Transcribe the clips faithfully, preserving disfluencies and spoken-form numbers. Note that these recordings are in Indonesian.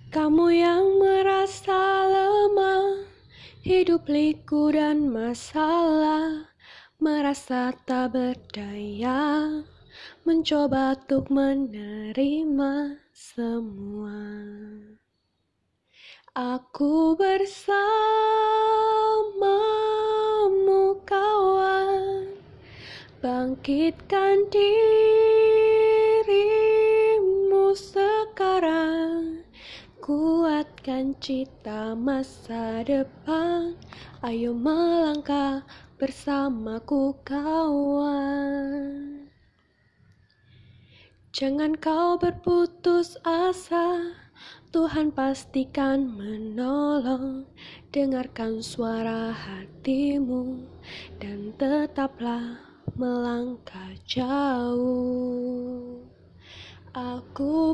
Kamu yang merasa lemah, hidup liku dan masalah, merasa tak berdaya, mencoba untuk menerima semua. Aku bersamamu kawan, bangkitkan dirimu sekarang, kuatkan cita masa depan. Ayo melangkah bersamaku kawan. Jangan kau berputus asa, Tuhan pastikan menolong. Dengarkan suara hatimu dan tetaplah melangkah jauh. Aku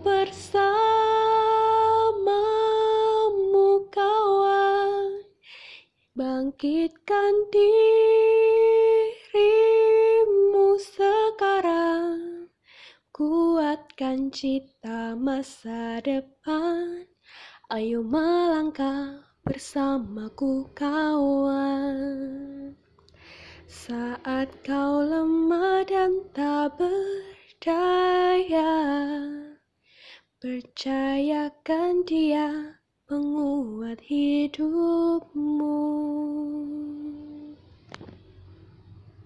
bersamamu kawan, bangkitkan dirimu sekarang, kuatkan cita masa depan. Ayo melangkah bersamaku kawan. Saat kau lemah dan tak berdaya, percayakan Dia penguat hidupmu.